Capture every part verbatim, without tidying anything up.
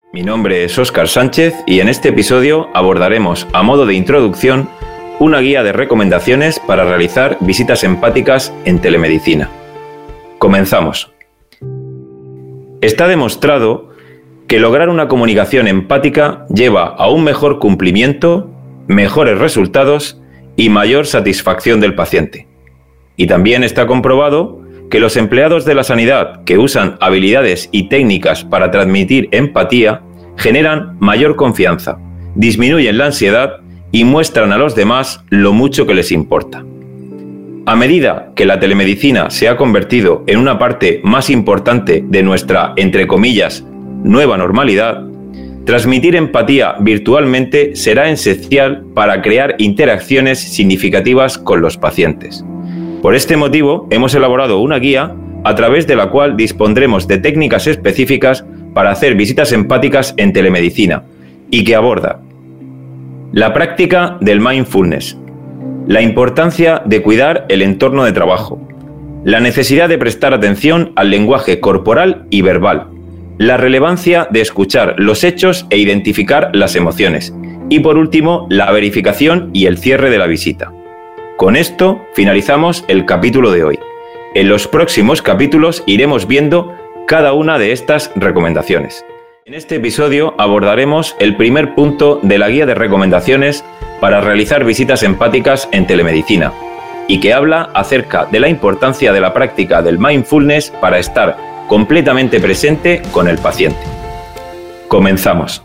Mi nombre es Óscar Sánchez y en este episodio abordaremos, a modo de introducción, una guía de recomendaciones para realizar visitas empáticas en telemedicina. Comenzamos. Está demostrado que lograr una comunicación empática lleva a un mejor cumplimiento, mejores resultados y mayor satisfacción del paciente. Y también está comprobado que los empleados de la sanidad que usan habilidades y técnicas para transmitir empatía generan mayor confianza, disminuyen la ansiedad y muestran a los demás lo mucho que les importa. A medida que la telemedicina se ha convertido en una parte más importante de nuestra, entre comillas, nueva normalidad, transmitir empatía virtualmente será esencial para crear interacciones significativas con los pacientes. Por este motivo, hemos elaborado una guía a través de la cual dispondremos de técnicas específicas para hacer visitas empáticas en telemedicina y que aborda la práctica del mindfulness, la importancia de cuidar el entorno de trabajo, la necesidad de prestar atención al lenguaje corporal y verbal, la relevancia de escuchar los hechos e identificar las emociones y, por último, la verificación y el cierre de la visita. Con esto finalizamos el capítulo de hoy. En los próximos capítulos iremos viendo cada una de estas recomendaciones. En este episodio abordaremos el primer punto de la guía de recomendaciones para realizar visitas empáticas en telemedicina y que habla acerca de la importancia de la práctica del mindfulness para estar completamente presente con el paciente. Comenzamos.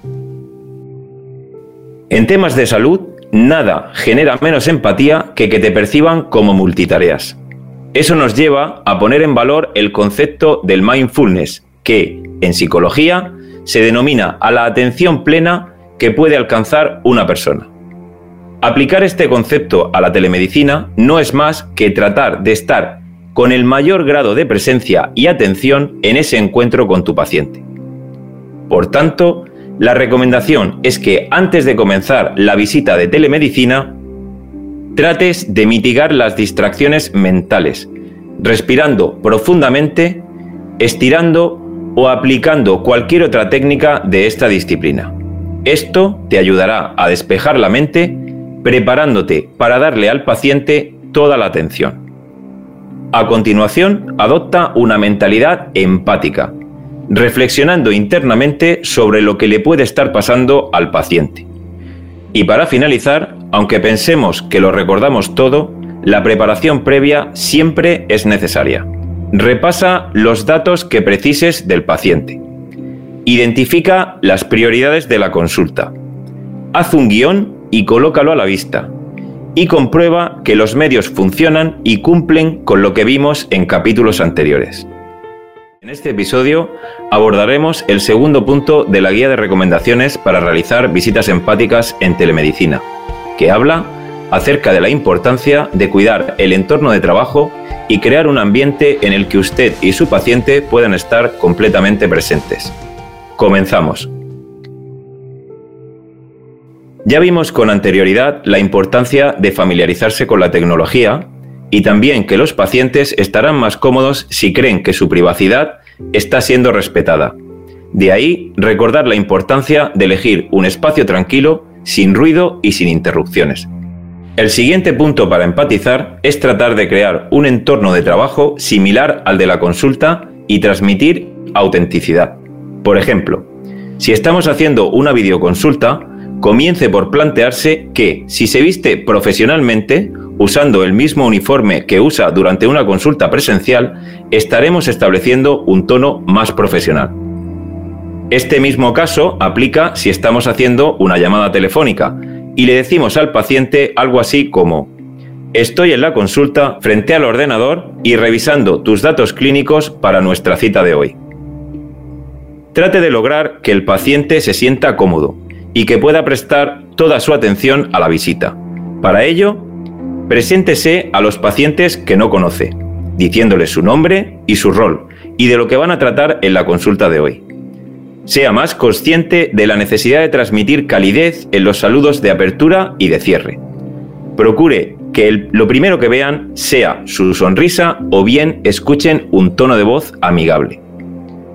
En temas de salud, nada genera menos empatía que que te perciban como multitareas. Eso nos lleva a poner en valor el concepto del mindfulness, que, en psicología, se denomina a la atención plena que puede alcanzar una persona. Aplicar este concepto a la telemedicina no es más que tratar de estar con el mayor grado de presencia y atención en ese encuentro con tu paciente. Por tanto, la recomendación es que antes de comenzar la visita de telemedicina, trates de mitigar las distracciones mentales, respirando profundamente, estirando o aplicando cualquier otra técnica de esta disciplina. Esto te ayudará a despejar la mente, preparándote para darle al paciente toda la atención. A continuación, adopta una mentalidad empática, reflexionando internamente sobre lo que le puede estar pasando al paciente. Y para finalizar, aunque pensemos que lo recordamos todo, la preparación previa siempre es necesaria. Repasa los datos que precises del paciente. Identifica las prioridades de la consulta. Haz un guión y colócalo a la vista. Y comprueba que los medios funcionan y cumplen con lo que vimos en capítulos anteriores. En este episodio abordaremos el segundo punto de la guía de recomendaciones para realizar visitas empáticas en telemedicina, que habla acerca de la importancia de cuidar el entorno de trabajo y crear un ambiente en el que usted y su paciente puedan estar completamente presentes. Comenzamos. Ya vimos con anterioridad la importancia de familiarizarse con la tecnología y también que los pacientes estarán más cómodos si creen que su privacidad está siendo respetada. De ahí recordar la importancia de elegir un espacio tranquilo, sin ruido y sin interrupciones. El siguiente punto para empatizar es tratar de crear un entorno de trabajo similar al de la consulta y transmitir autenticidad. Por ejemplo, si estamos haciendo una videoconsulta, comience por plantearse que, si se viste profesionalmente, usando el mismo uniforme que usa durante una consulta presencial, estaremos estableciendo un tono más profesional. Este mismo caso aplica si estamos haciendo una llamada telefónica y le decimos al paciente algo así como: estoy en la consulta frente al ordenador y revisando tus datos clínicos para nuestra cita de hoy. Trate de lograr que el paciente se sienta cómodo y que pueda prestar toda su atención a la visita. Para ello, preséntese a los pacientes que no conoce, diciéndoles su nombre y su rol, y de lo que van a tratar en la consulta de hoy. Sea más consciente de la necesidad de transmitir calidez en los saludos de apertura y de cierre. Procure que el, lo primero que vean sea su sonrisa o bien escuchen un tono de voz amigable.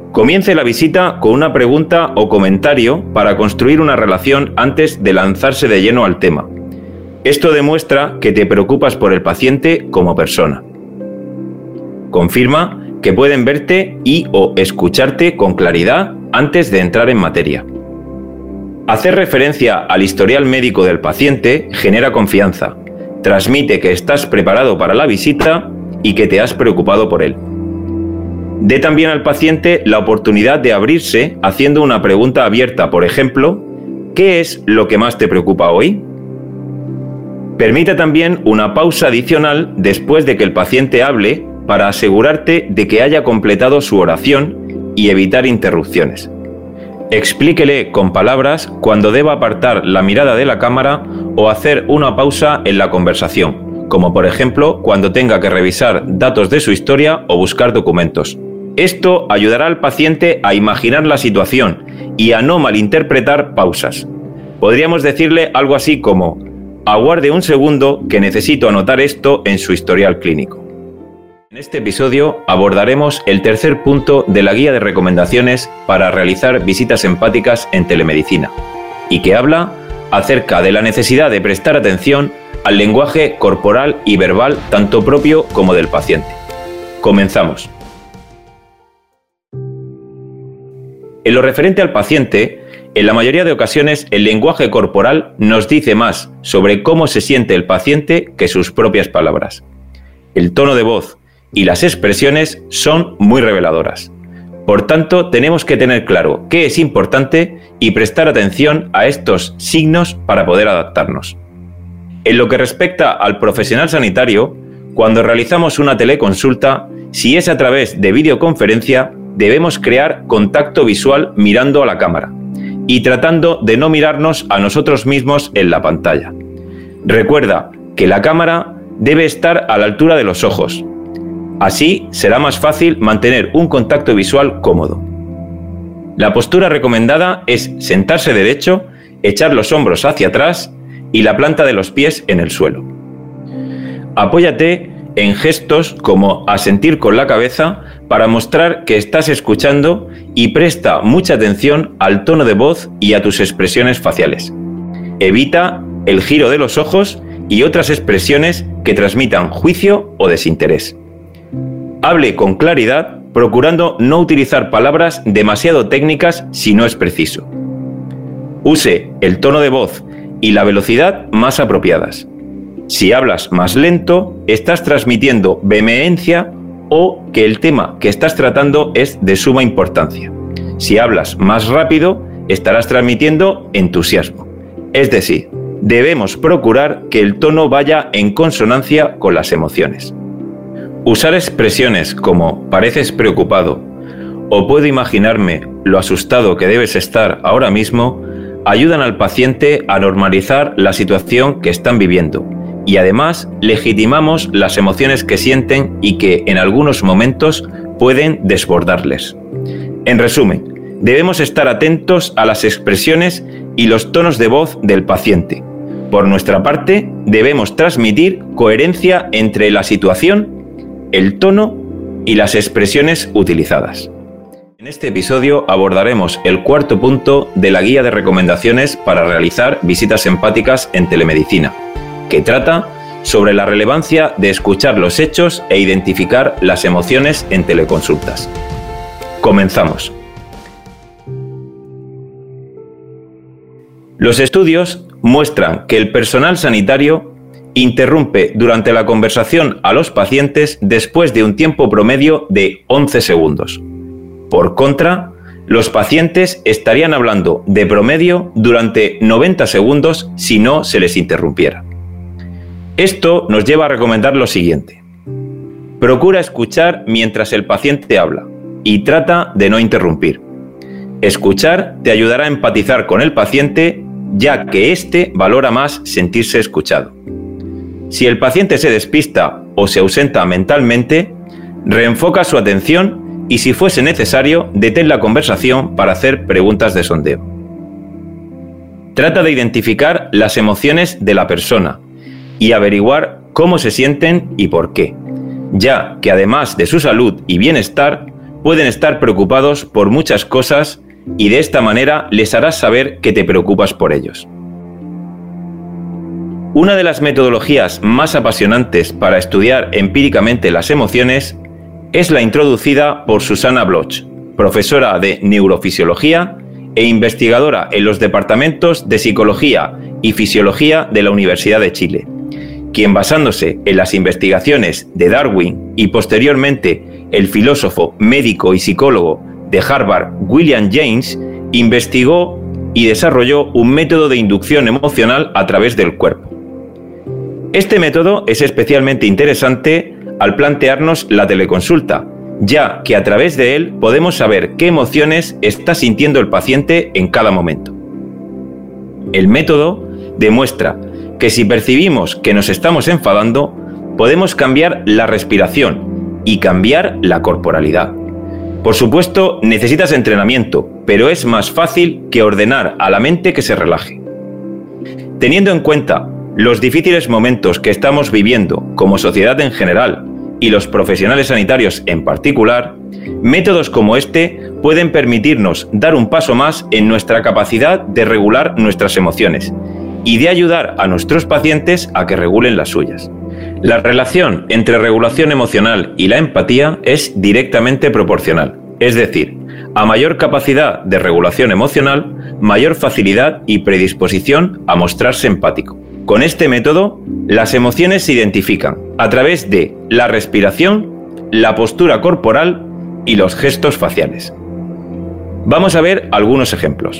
Comience la visita con una pregunta o comentario para construir una relación antes de lanzarse de lleno al tema. Esto demuestra que te preocupas por el paciente como persona. Confirma que pueden verte y o escucharte con claridad antes de entrar en materia. Hacer referencia al historial médico del paciente genera confianza, transmite que estás preparado para la visita y que te has preocupado por él. Dé también al paciente la oportunidad de abrirse haciendo una pregunta abierta, por ejemplo, ¿qué es lo que más te preocupa hoy? Permite también una pausa adicional después de que el paciente hable para asegurarte de que haya completado su oración y evitar interrupciones. Explíquele con palabras cuando deba apartar la mirada de la cámara o hacer una pausa en la conversación, como por ejemplo cuando tenga que revisar datos de su historia o buscar documentos. Esto ayudará al paciente a imaginar la situación y a no malinterpretar pausas. Podríamos decirle algo así como: aguarde un segundo que necesito anotar esto en su historial clínico. En este episodio abordaremos el tercer punto de la guía de recomendaciones para realizar visitas empáticas en telemedicina, y que habla acerca de la necesidad de prestar atención al lenguaje corporal y verbal tanto propio como del paciente. Comenzamos. En lo referente al paciente, en la mayoría de ocasiones el lenguaje corporal nos dice más sobre cómo se siente el paciente que sus propias palabras. El tono de voz y las expresiones son muy reveladoras. Por tanto, tenemos que tener claro qué es importante y prestar atención a estos signos para poder adaptarnos. En lo que respecta al profesional sanitario, cuando realizamos una teleconsulta, si es a través de videoconferencia, debemos crear contacto visual mirando a la cámara y tratando de no mirarnos a nosotros mismos en la pantalla. Recuerda que la cámara debe estar a la altura de los ojos. Así será más fácil mantener un contacto visual cómodo. La postura recomendada es sentarse derecho, echar los hombros hacia atrás y la planta de los pies en el suelo. Apóyate en gestos como asentir con la cabeza para mostrar que estás escuchando y presta mucha atención al tono de voz y a tus expresiones faciales. Evita el giro de los ojos y otras expresiones que transmitan juicio o desinterés. Hable con claridad, procurando no utilizar palabras demasiado técnicas si no es preciso. Use el tono de voz y la velocidad más apropiadas. Si hablas más lento, estás transmitiendo vehemencia o que el tema que estás tratando es de suma importancia. Si hablas más rápido, estarás transmitiendo entusiasmo. Es decir, debemos procurar que el tono vaya en consonancia con las emociones. Usar expresiones como pareces preocupado o puedo imaginarme lo asustado que debes estar ahora mismo ayudan al paciente a normalizar la situación que están viviendo y además legitimamos las emociones que sienten y que en algunos momentos pueden desbordarles. En resumen, debemos estar atentos a las expresiones y los tonos de voz del paciente. Por nuestra parte, debemos transmitir coherencia entre la situación, el tono y las expresiones utilizadas. En este episodio abordaremos el cuarto punto de la guía de recomendaciones para realizar visitas empáticas en telemedicina, que trata sobre la relevancia de escuchar los hechos e identificar las emociones en teleconsultas. Comenzamos. Los estudios muestran que el personal sanitario interrumpe durante la conversación a los pacientes después de un tiempo promedio de once segundos. Por contra, los pacientes estarían hablando de promedio durante noventa segundos si no se les interrumpiera. Esto nos lleva a recomendar lo siguiente. Procura escuchar mientras el paciente habla y trata de no interrumpir. Escuchar te ayudará a empatizar con el paciente, ya que éste valora más sentirse escuchado. Si el paciente se despista o se ausenta mentalmente, reenfoca su atención y, si fuese necesario, detén la conversación para hacer preguntas de sondeo. Trata de identificar las emociones de la persona y averiguar cómo se sienten y por qué, ya que además de su salud y bienestar, pueden estar preocupados por muchas cosas y de esta manera les harás saber que te preocupas por ellos. Una de las metodologías más apasionantes para estudiar empíricamente las emociones es la introducida por Susanna Bloch, profesora de neurofisiología e investigadora en los departamentos de Psicología y Fisiología de la Universidad de Chile, quien, basándose en las investigaciones de Darwin y posteriormente el filósofo, médico y psicólogo de Harvard, William James, investigó y desarrolló un método de inducción emocional a través del cuerpo. Este método es especialmente interesante al plantearnos la teleconsulta, ya que a través de él podemos saber qué emociones está sintiendo el paciente en cada momento. El método demuestra que si percibimos que nos estamos enfadando, podemos cambiar la respiración y cambiar la corporalidad. Por supuesto, necesitas entrenamiento, pero es más fácil que ordenar a la mente que se relaje. Teniendo en cuenta los difíciles momentos que estamos viviendo como sociedad en general y los profesionales sanitarios en particular, métodos como este pueden permitirnos dar un paso más en nuestra capacidad de regular nuestras emociones y de ayudar a nuestros pacientes a que regulen las suyas. La relación entre regulación emocional y la empatía es directamente proporcional, es decir, a mayor capacidad de regulación emocional, mayor facilidad y predisposición a mostrarse empático. Con este método, las emociones se identifican a través de la respiración, la postura corporal y los gestos faciales. Vamos a ver algunos ejemplos.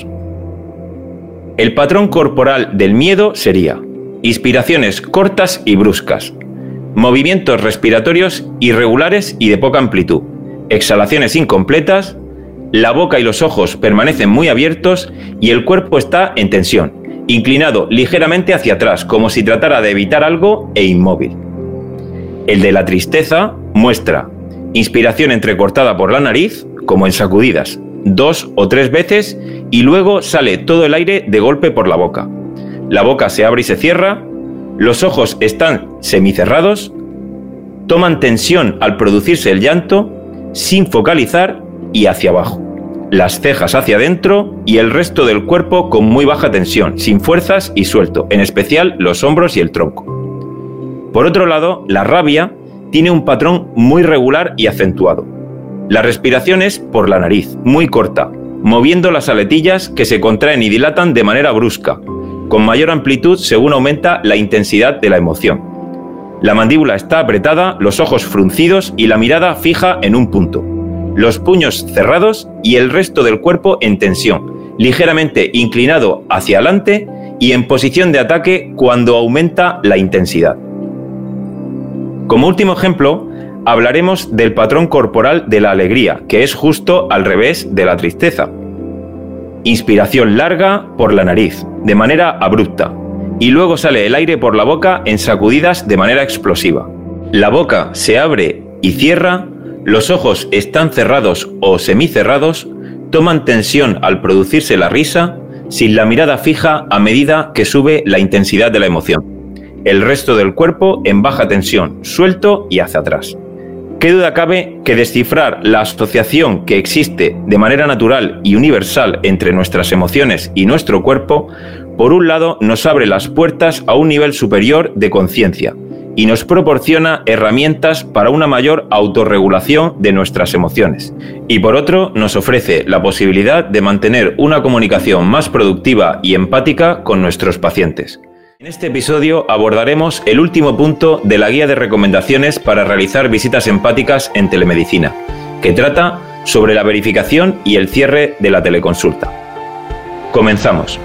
El patrón corporal del miedo sería inspiraciones cortas y bruscas, movimientos respiratorios irregulares y de poca amplitud, exhalaciones incompletas, la boca y los ojos permanecen muy abiertos y el cuerpo está en tensión, inclinado ligeramente hacia atrás, como si tratara de evitar algo, e inmóvil. El de la tristeza muestra inspiración entrecortada por la nariz, como en sacudidas, dos o tres veces, y luego sale todo el aire de golpe por la boca. La boca se abre y se cierra, los ojos están semicerrados, toman tensión al producirse el llanto, sin focalizar y hacia abajo. Las cejas hacia adentro y el resto del cuerpo con muy baja tensión, sin fuerzas y suelto, en especial los hombros y el tronco. Por otro lado, la rabia tiene un patrón muy regular y acentuado. La respiración es por la nariz, muy corta, moviendo las aletillas que se contraen y dilatan de manera brusca, con mayor amplitud según aumenta la intensidad de la emoción. La mandíbula está apretada, los ojos fruncidos y la mirada fija en un punto. Los puños cerrados y el resto del cuerpo en tensión, ligeramente inclinado hacia adelante y en posición de ataque cuando aumenta la intensidad. Como último ejemplo, hablaremos del patrón corporal de la alegría, que es justo al revés de la tristeza. Inspiración larga por la nariz, de manera abrupta, y luego sale el aire por la boca en sacudidas de manera explosiva. La boca se abre y cierra, los ojos están cerrados o semicerrados, toman tensión al producirse la risa, sin la mirada fija a medida que sube la intensidad de la emoción. El resto del cuerpo en baja tensión, suelto y hacia atrás. ¿Qué duda cabe que descifrar la asociación que existe de manera natural y universal entre nuestras emociones y nuestro cuerpo, por un lado nos abre las puertas a un nivel superior de conciencia y nos proporciona herramientas para una mayor autorregulación de nuestras emociones, y por otro nos ofrece la posibilidad de mantener una comunicación más productiva y empática con nuestros pacientes? En este episodio abordaremos el último punto de la guía de recomendaciones para realizar visitas empáticas en telemedicina, que trata sobre la verificación y el cierre de la teleconsulta. Comenzamos.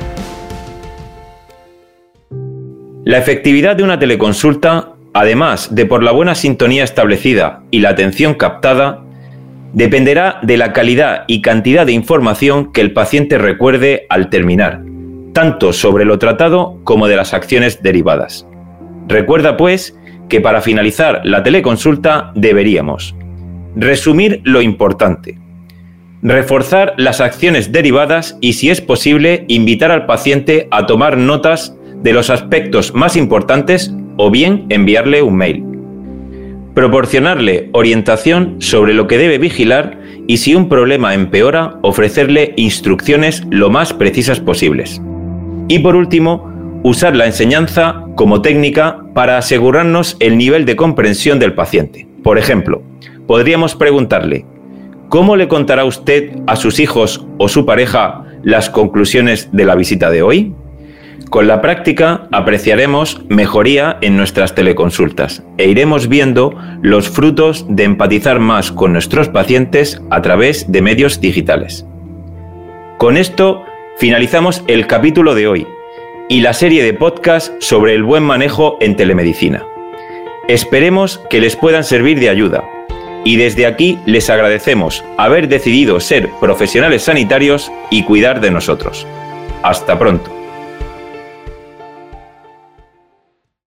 La efectividad de una teleconsulta, además de por la buena sintonía establecida y la atención captada, dependerá de la calidad y cantidad de información que el paciente recuerde al terminar, tanto sobre lo tratado como de las acciones derivadas. Recuerda, pues, que para finalizar la teleconsulta deberíamos resumir lo importante, reforzar las acciones derivadas y, si es posible, invitar al paciente a tomar notas de los aspectos más importantes o bien enviarle un mail. Proporcionarle orientación sobre lo que debe vigilar y si un problema empeora, ofrecerle instrucciones lo más precisas posibles. Y por último, usar la enseñanza como técnica para asegurarnos el nivel de comprensión del paciente. Por ejemplo, podríamos preguntarle: ¿cómo le contará usted a sus hijos o su pareja las conclusiones de la visita de hoy? Con la práctica apreciaremos mejoría en nuestras teleconsultas e iremos viendo los frutos de empatizar más con nuestros pacientes a través de medios digitales. Con esto finalizamos el capítulo de hoy y la serie de podcast sobre el buen manejo en telemedicina. Esperemos que les puedan servir de ayuda y desde aquí les agradecemos haber decidido ser profesionales sanitarios y cuidar de nosotros. Hasta pronto.